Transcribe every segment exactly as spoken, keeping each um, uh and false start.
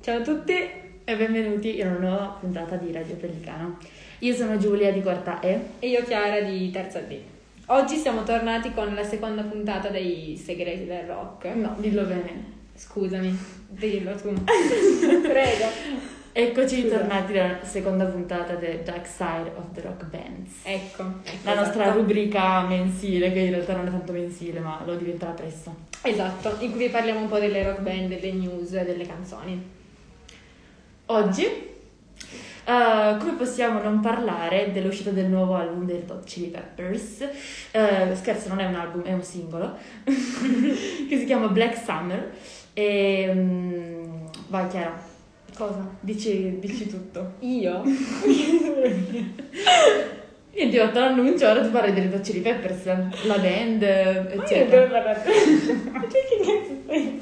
Ciao a tutti e benvenuti in una nuova puntata di Radio Pellicano. Io sono Giulia di quarta E e io Chiara di terza D. Oggi siamo tornati con la seconda puntata dei Segreti del Rock. No, dillo bene. Scusami, dillo tu. Prego. Eccoci Scusa. tornati alla seconda puntata del Dark Side of the Rock Bands. Ecco, ecco la nostra esatto. rubrica mensile, che in realtà non è tanto mensile, ma lo diventerà presto. Esatto, in cui vi parliamo un po' delle rock band, delle news e delle canzoni. Oggi, uh, come possiamo non parlare dell'uscita del nuovo album dei Red Hot Chili Peppers? Uh, scherzo, non è un album, è un singolo che si chiama Black Summer. E um, vai Chiara. Cosa? Dici, dici tutto. Io? Io ti ho fatto l'annuncio, ora tu parli delle Red Hot Chili Peppers, la band, eccetera. Ma io devo parlare. Ma che cazzo sei?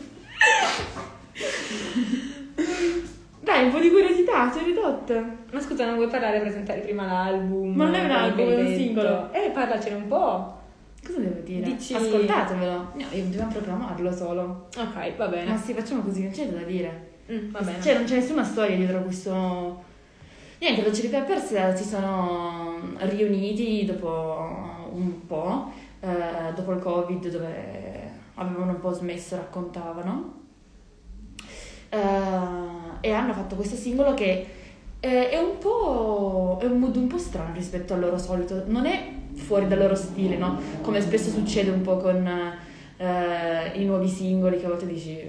Dai, un po' di curiosità, c'è Red Hot. Ma scusa, non vuoi parlare e presentare prima l'album? Ma non è un album, è un singolo. Eh, parlacene un po'. Cosa devo dire? Dici... Ascoltatevelo. No, io dobbiamo proprio amarlo solo. Ok, va bene. Ma sì, facciamo così, non c'è da dire. Mm, va bene. Cioè, non c'è nessuna storia dietro questo... Niente, i Chili Peppers si sono riuniti dopo un po', eh, dopo il Covid, dove avevano un po' smesso, raccontavano, eh, e hanno fatto questo singolo che eh, è un po' è un mood un po' strano rispetto al loro solito, non è fuori dal loro stile, no? Come spesso succede un po' con eh, i nuovi singoli, che a volte dici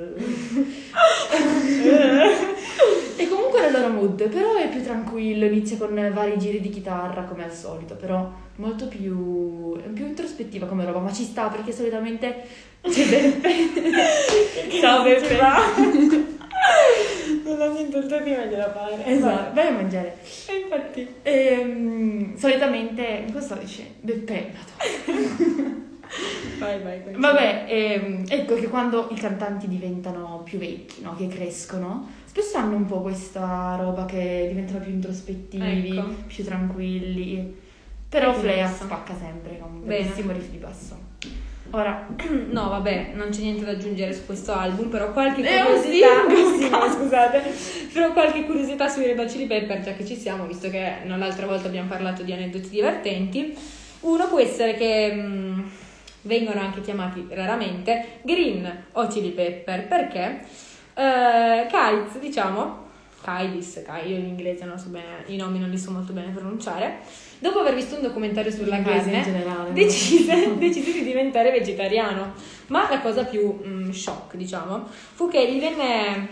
e comunque è il loro mood, però è più tranquillo, inizia con vari giri di chitarra come al solito, però molto più è più introspettiva come roba, ma ci sta perché solitamente c'è Beppe. Ciao Beppe. Non ho niente altro di meglio da fare. Esatto, vai a mangiare. E infatti E, um, solitamente cosa sto dicendo? Beppe, madonna. vai vai vai. Vabbè, ehm, ecco che quando i cantanti diventano più vecchi, no? Che crescono, spesso hanno un po' questa roba che diventano più introspettivi, Ecco. più tranquilli. Però Ecco, Flea giusto. spacca sempre con un Bene. bellissimo riff di basso. Ora, No, vabbè, non c'è niente da aggiungere su questo album, però qualche È un curiosità, singolo, sì, no, scusate, però qualche curiosità sui Red Hot Chili Pepper, già che ci siamo, visto che non l'altra volta abbiamo parlato di aneddoti divertenti. Uno può essere che mh, vengono anche chiamati raramente Green o Chili Pepper, perché eh, Kyles, diciamo, Kylis, Ky, io in inglese non so bene, i nomi non li so molto bene pronunciare, dopo aver visto un documentario sulla L'inglese in carne, generale, no? decise, decise di diventare vegetariano. Ma la cosa più mm, shock, diciamo, fu che gli venne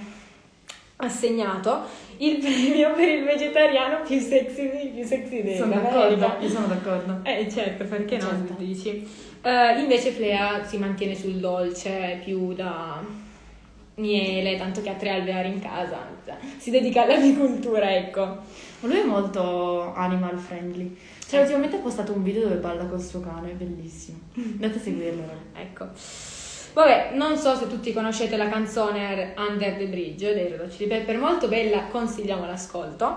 assegnato il premio per il vegetariano più sexy, più sexy sono dell'America. d'accordo, io sono d'accordo. Eh certo, perché no, Certo. tu dici. Eh, invece Flea si mantiene sul dolce, più da miele, tanto che ha tre alveari in casa, cioè, si dedica all'agricoltura, ecco. Ma lui è molto animal friendly. Cioè, ultimamente ha postato un video dove balla col suo cane, è bellissimo. Andate a seguirlo. Ecco. Vabbè, non so se tutti conoscete la canzone Under the Bridge dei Red Hot Chili Pepper, molto bella, consigliamo l'ascolto.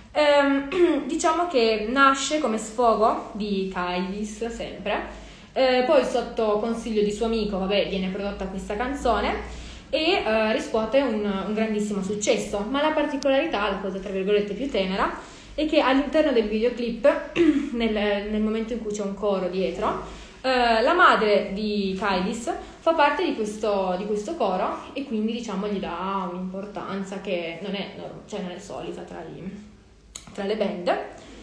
Ehm, diciamo che nasce come sfogo di Kylis, sempre. Eh, poi sotto consiglio di suo amico, vabbè, viene prodotta questa canzone e eh, riscuote un, un grandissimo successo. Ma la particolarità, la cosa tra virgolette più tenera, è che all'interno del videoclip, nel, nel momento in cui c'è un coro dietro, eh, la madre di Kylis fa parte di questo, di questo coro e quindi diciamo gli dà un'importanza che non è, cioè non è solita tra, gli, tra le band.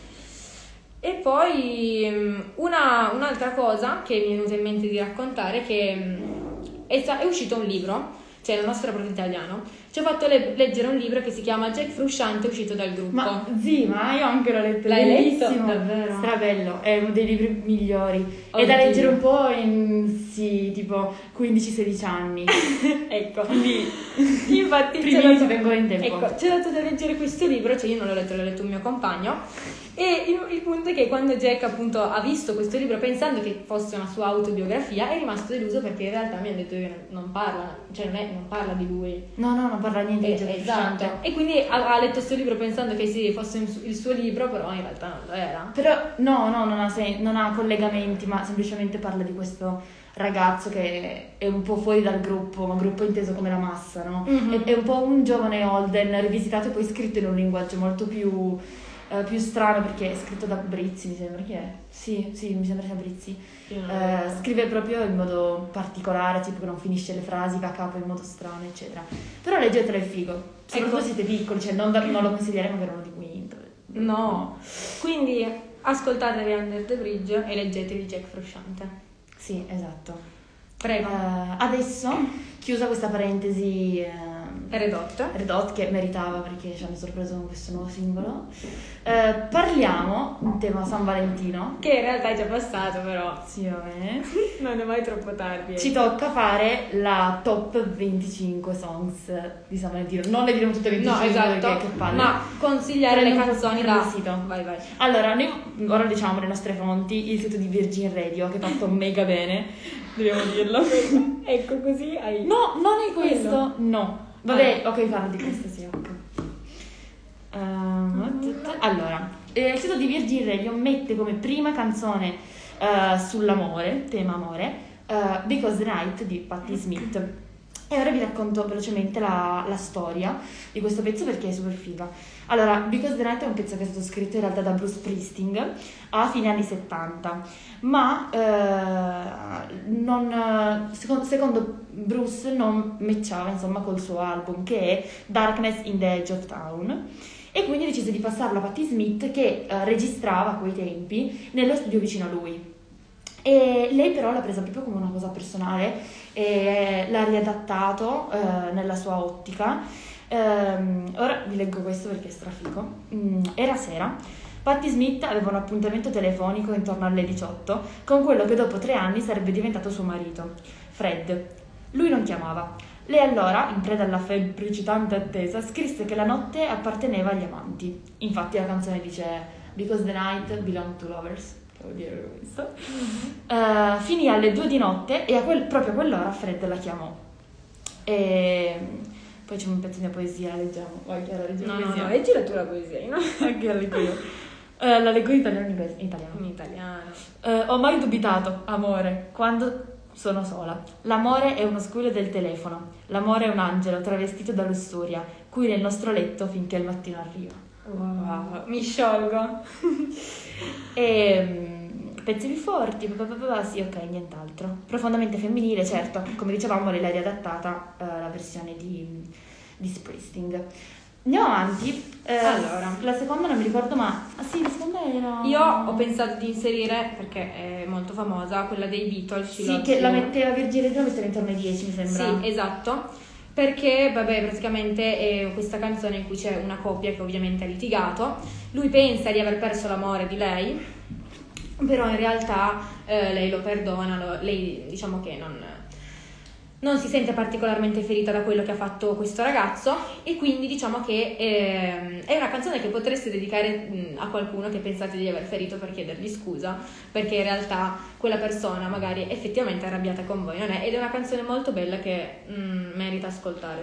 E poi una, un'altra cosa che mi è venuta in mente di raccontare è che è, è uscito un libro, cioè il nostro proprio italiano, ci ho fatto le- leggere un libro che si chiama Jack Frusciante uscito dal gruppo. Ma sì, ma io anche l'ho letto, L'hai bellissimo, letto? Davvero? strabello, è uno dei libri migliori. È Oddio. da leggere un po' in, sì, tipo quindici sedici anni. Ecco, infatti Primi c'è si vengono in tempo. Ecco, c'è dato da leggere questo libro, cioè io non l'ho letto, l'ho letto un mio compagno, e il, il punto è che quando Jack appunto ha visto questo libro pensando che fosse una sua autobiografia è rimasto deluso perché in realtà mi ha detto che non parla, cioè non, è, non parla di lui. No, no, non parla niente di Eh, Jack esatto. Frusciante. E quindi ha, ha letto questo libro pensando che sì, fosse un su- il suo libro, però in realtà non lo era. Però no, no, non ha, sen- non ha collegamenti, ma semplicemente parla di questo ragazzo che è un po' fuori dal gruppo, ma gruppo inteso come la massa, no? Mhm. È, è un po' un giovane Holden rivisitato e poi scritto in un linguaggio molto più, eh, più strano, perché è scritto da Brizzi, mi sembra. Chi è? Sì, sì, mi sembra sia Brizzi. Io non Eh, lo so. scrive proprio in modo particolare, tipo che non finisce le frasi a capo in modo strano, eccetera. Però leggetelo, è figo. Soprattutto Ecco. siete piccoli, cioè non, non lo consiglieremo per uno di Queen. No, quindi ascoltatevi Under the Bridge e leggetevi Jack Frusciante. Sì, esatto. Prego. Eh, adesso, chiusa questa parentesi, eh, Red Hot. Red Hot, che meritava perché ci hanno sorpreso con questo nuovo singolo, eh, parliamo in tema San Valentino. Che in realtà è già passato, però Sì, va bene. non è mai troppo tardi. Ci tocca fare la top venticinque songs di San Valentino. Non le diremo tutte venticinque No, esatto, perché che palle. ma consigliare le Prendo un po' canzoni prendo da... il sito. Vai, vai. Allora, noi ora diciamo le nostre fonti, il sito di Virgin Radio che è fatto mega bene, dobbiamo dirlo. Ecco, così hai... No, non è questo, Quello. no. Vabbè, ok, parlo di questo, sì, ok. Ehm, allora, eh, il sito di Virgin Radio mette come prima canzone eh, sull'amore, tema amore, eh, Because the Night di Patti Smith. E ora vi racconto velocemente la, la storia di questo pezzo perché è super figa. Allora, Because the Night è un pezzo che è stato scritto in realtà da Bruce Springsteen a fine anni settanta, ma eh, non, secondo, secondo Bruce non matchava insomma col suo album che è Darkness in the Edge of Town, e quindi decise di passarlo a Patti Smith che eh, registrava a quei tempi nello studio vicino a lui. E lei però l'ha presa proprio come una cosa personale e l'ha riadattato eh, nella sua ottica. Ehm, ora vi leggo questo perché è strafico. Mm, era sera. Patti Smith aveva un appuntamento telefonico intorno alle diciotto con quello che dopo tre anni sarebbe diventato suo marito, Fred. Lui non chiamava. Lei allora, in preda alla febbricitante attesa, scrisse che la notte apparteneva agli amanti. Infatti la canzone dice Because the night belonged to lovers. Devo dire questo. Mm-hmm. Uh, finì alle due di notte e a quel, proprio a quell'ora Fred la chiamò. E poi c'è un pezzo di poesia, la leggiamo. Vai, Chiara, leggiamo No, no, poesia. no, leggi la tua poesia, no? Ok, la leggo io. Uh, la leggo in italiano o in inglese? In italiano. In italiano. Uh, ho mai dubitato, amore, quando sono sola. L'amore è uno squillo del telefono. L'amore è un angelo travestito da lussuria, qui nel nostro letto finché il mattino arriva. Wow, mi sciolgo. E pezzi più forti, bla bla bla bla, sì, ok, nient'altro. Profondamente femminile, certo, come dicevamo, lei l'ha riadattata uh, la versione di, di Springsteen. Andiamo avanti. Eh, Allora. la seconda non mi ricordo, ma ah, sì, la seconda era. Io ho pensato di inserire, perché è molto famosa, quella dei Beatles. She Sì, Loves che la You. metteva Virgin Radio, la metteva intorno ai dieci, mi sembra. Sì, esatto. Perché, vabbè, praticamente è questa canzone in cui c'è una coppia che ovviamente ha litigato. Lui pensa di aver perso l'amore di lei, però in realtà eh, lei lo perdona, lo- lei diciamo che non, non si sente particolarmente ferita da quello che ha fatto questo ragazzo, e quindi diciamo che ehm, è una canzone che potreste dedicare mh, a qualcuno che pensate di aver ferito, per chiedergli scusa, perché in realtà quella persona magari è effettivamente arrabbiata con voi, non è? Ed è una canzone molto bella che mh, merita ascoltare.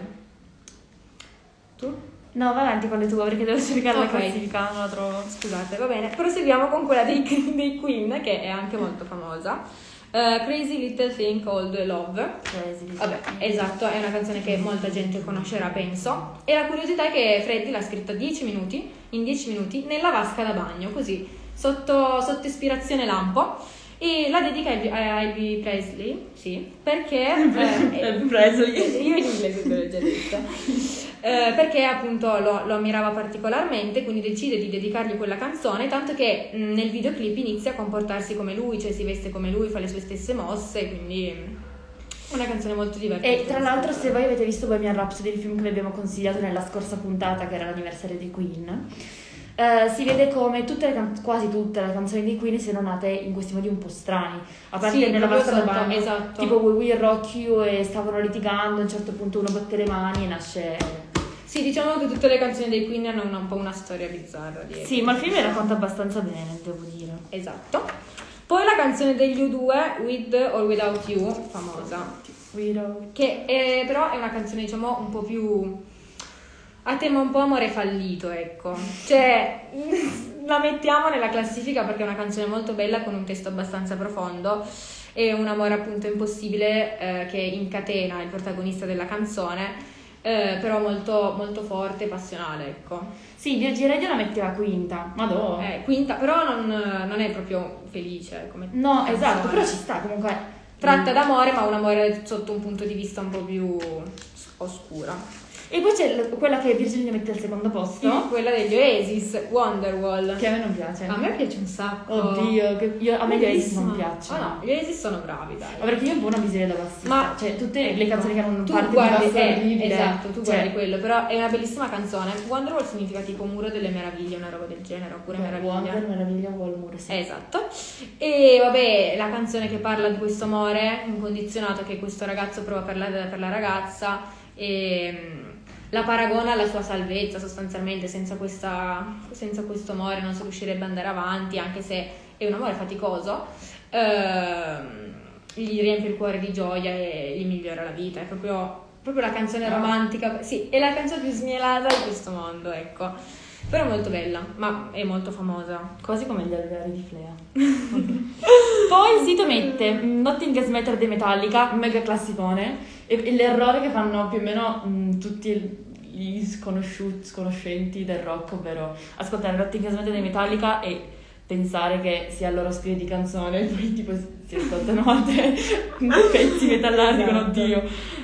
Tu? No, vai avanti con le tue perché devo cercare Ok. la classifica, non la trovo. Scusate, va bene. Proseguiamo con quella dei, dei Queen, che è anche molto famosa. Uh, Crazy Little Thing Called Love. Crazy, Vabbè, esatto, è una canzone che molta gente conoscerà, penso. E la curiosità è che Freddie l'ha scritta dieci minuti, in dieci minuti, nella vasca da bagno, così, sotto, sotto ispirazione lampo. E la dedica a Elvis Presley, sì, perché... eh, Elvis Presley. Io in inglese te l'ho già detto. Eh, perché appunto lo, lo ammirava particolarmente, quindi decide di dedicargli quella canzone, tanto che mh, nel videoclip inizia a comportarsi come lui, cioè si veste come lui, fa le sue stesse mosse, quindi mh, una canzone molto divertente. E tra l'altro, se voi avete visto Bohemian Rhapsody, il film che vi abbiamo consigliato nella scorsa puntata, che era l'anniversario di Queen, eh, si vede come tutte le can- quasi tutte le canzoni di Queen siano nate in questi modi un po' strani, a parte Sì, nella proprio vasca da sotto, bagno, esatto. tipo We Will Rock You, e stavano litigando, a un certo punto uno batte le mani e nasce... Sì, diciamo che tutte le canzoni dei Queen hanno una- un po' una storia bizzarra dietro. Sì, ma il film le racconta abbastanza bene, devo dire. Esatto. Poi la canzone degli U due, With or Without You, famosa, Widow. che è, però è una canzone diciamo un po' più a tema un po' amore fallito, ecco, cioè la mettiamo nella classifica perché è una canzone molto bella con un testo abbastanza profondo è un amore appunto impossibile eh, che incatena il protagonista della canzone, eh, però molto, molto forte e passionale, ecco. Sì, Virgin Radio la metteva quinta, madò. Eh, quinta, però non, non è proprio felice come No, canzone. esatto, però ci sta comunque. Tratta d'amore, ma un amore sotto un punto di vista un po' più oscura. E poi c'è l- quella che Virginia mette al secondo posto, Sì, quella degli Oasis, Wonderwall. che a me non piace. A me piace un sacco. Oddio, che io, a me gli Oasis non Bellissima. piacciono. Ah no, gli Oasis sono bravi, dai. Ma perché io ho un po' una visione da bassista. Ma cioè, tutte le canzoni che hanno un tu parte guardi, di basso eh, orribile. esatto, tu cioè, guardi quello, però è una bellissima canzone. Wonderwall significa tipo muro delle meraviglie, una roba del genere, oppure meraviglia. Wonder, meraviglia, Walmur, sì. Esatto. E vabbè, la canzone che parla di questo amore incondizionato che questo ragazzo prova per la, per la ragazza e mh, la paragona alla sua salvezza sostanzialmente. Senza, questa, senza questo amore non si riuscirebbe ad andare avanti, anche se è un amore faticoso. Ehm, gli riempie il cuore di gioia e gli migliora la vita. È proprio, proprio la canzone romantica, sì, è la canzone più smielata di questo mondo, ecco. Però è molto bella, ma è molto famosa. Quasi come gli alveari di Flea. Poi il sito mette Nothing Else Matters dei Metallica, mega classicone, e, e l'errore che fanno più o meno mh, tutti gli sconosciuti, sconoscenti del rock, ovvero ascoltare Nothing Else Matters dei Metallica e pensare che sia il loro stile di canzone, e poi tipo si ascoltano altri pezzi metallari con Esatto. oddio.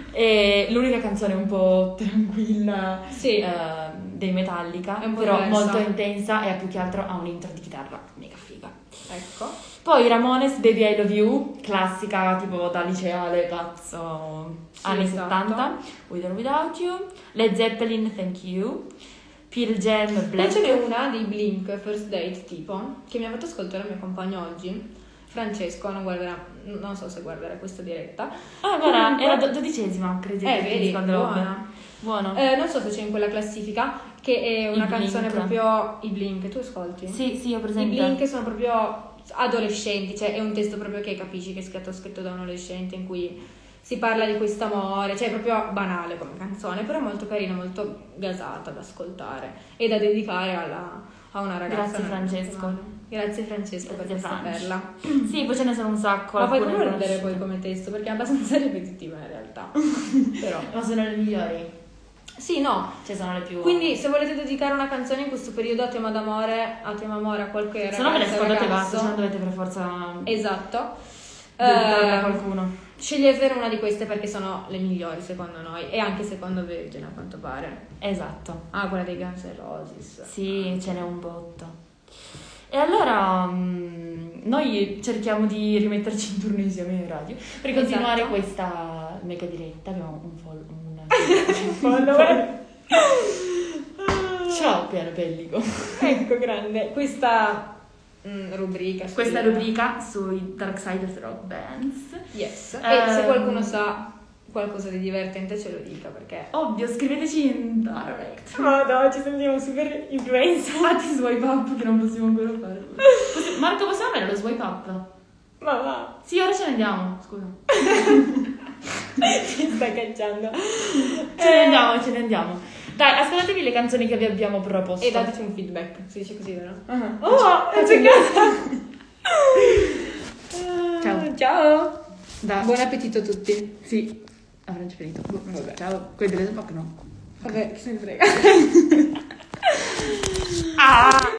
E l'unica canzone un po' tranquilla Sì. eh, dei Metallica, È un po' però diversa. molto intensa e più che altro ha un intro di chitarra mega figa. Ecco. Poi Ramones, Baby I Love You, classica tipo da liceale, pazzo, Sì, anni esatto. settanta, With or Without You, Led Zeppelin, Thank You, Pearl Jam, Poi Black. ce n'è una dei Blink, First Date tipo, che mi ha fatto ascoltare il mio compagno oggi, Francesco, non guarderà, non so se guarderà questa diretta. Ah, guarda, Comunque- era do- dodicesima, credo. Eh, vedi, buona. Buono. Eh, non so se c'è in quella classifica, che è una I Blink. canzone proprio, i Blink, tu ascolti? Sì, sì, ho I presente. Blink sono proprio adolescenti, cioè è un testo proprio che capisci che è stato scritto da un adolescente, in cui si parla di quest'amore, cioè è proprio banale come canzone, però molto carina, molto gasata da ascoltare e da dedicare alla, a una ragazza. Grazie, Francesco. Grazie Francesco per Grazie, questa Franci. perla. Sì, poi ce ne sono un sacco. Ma fai alcune proprio ridere conosciute. poi come testo, perché è abbastanza ripetitiva in realtà. Però Ma sono le migliori. sì, no. Cioè sono le più... Quindi se volete dedicare una canzone in questo periodo a tema d'amore, a tema amore a qualche ragazza, se no ve le scordate e basta, ragazzo, se no dovete per forza esatto. dedicarla a Eh, qualcuno. Scegliete una di queste perché sono le migliori secondo noi e anche secondo Virgin a quanto pare. Esatto. Ah, quella dei Guns N' Roses. Sì, ce n'è un botto. E allora mm, noi cerchiamo di rimetterci in turno insieme in radio per continuare Esatto. questa mega diretta. Abbiamo un follow. Un Follower. Ciao, piano pellico. Ecco, grande. Questa mm, rubrica. su- Questa rubrica sui Darksiders Rock Bands. Yes. Ehm. E se qualcuno sa qualcosa di divertente ce lo dica perché... Ovvio, scriveteci in direct. Ma no, ci sentiamo super influencer. Fate swipe up che non possiamo ancora fare. Possi- Marco, possiamo avere lo swipe up? Ma va. Sì, ora ce ne andiamo, scusa. Ci sta cacciando. Ce ne andiamo, ce ne andiamo. Dai, ascoltatevi le canzoni che vi abbiamo proposto. E dateci un feedback, si dice così, vero? Ah. Oh, è Ciao. Ciao. Da- Buon appetito a tutti. Sì, avremo già finito. Vabbè. Ciao. Quelli delle Spock no. Vabbè, chi se ne frega. Ah!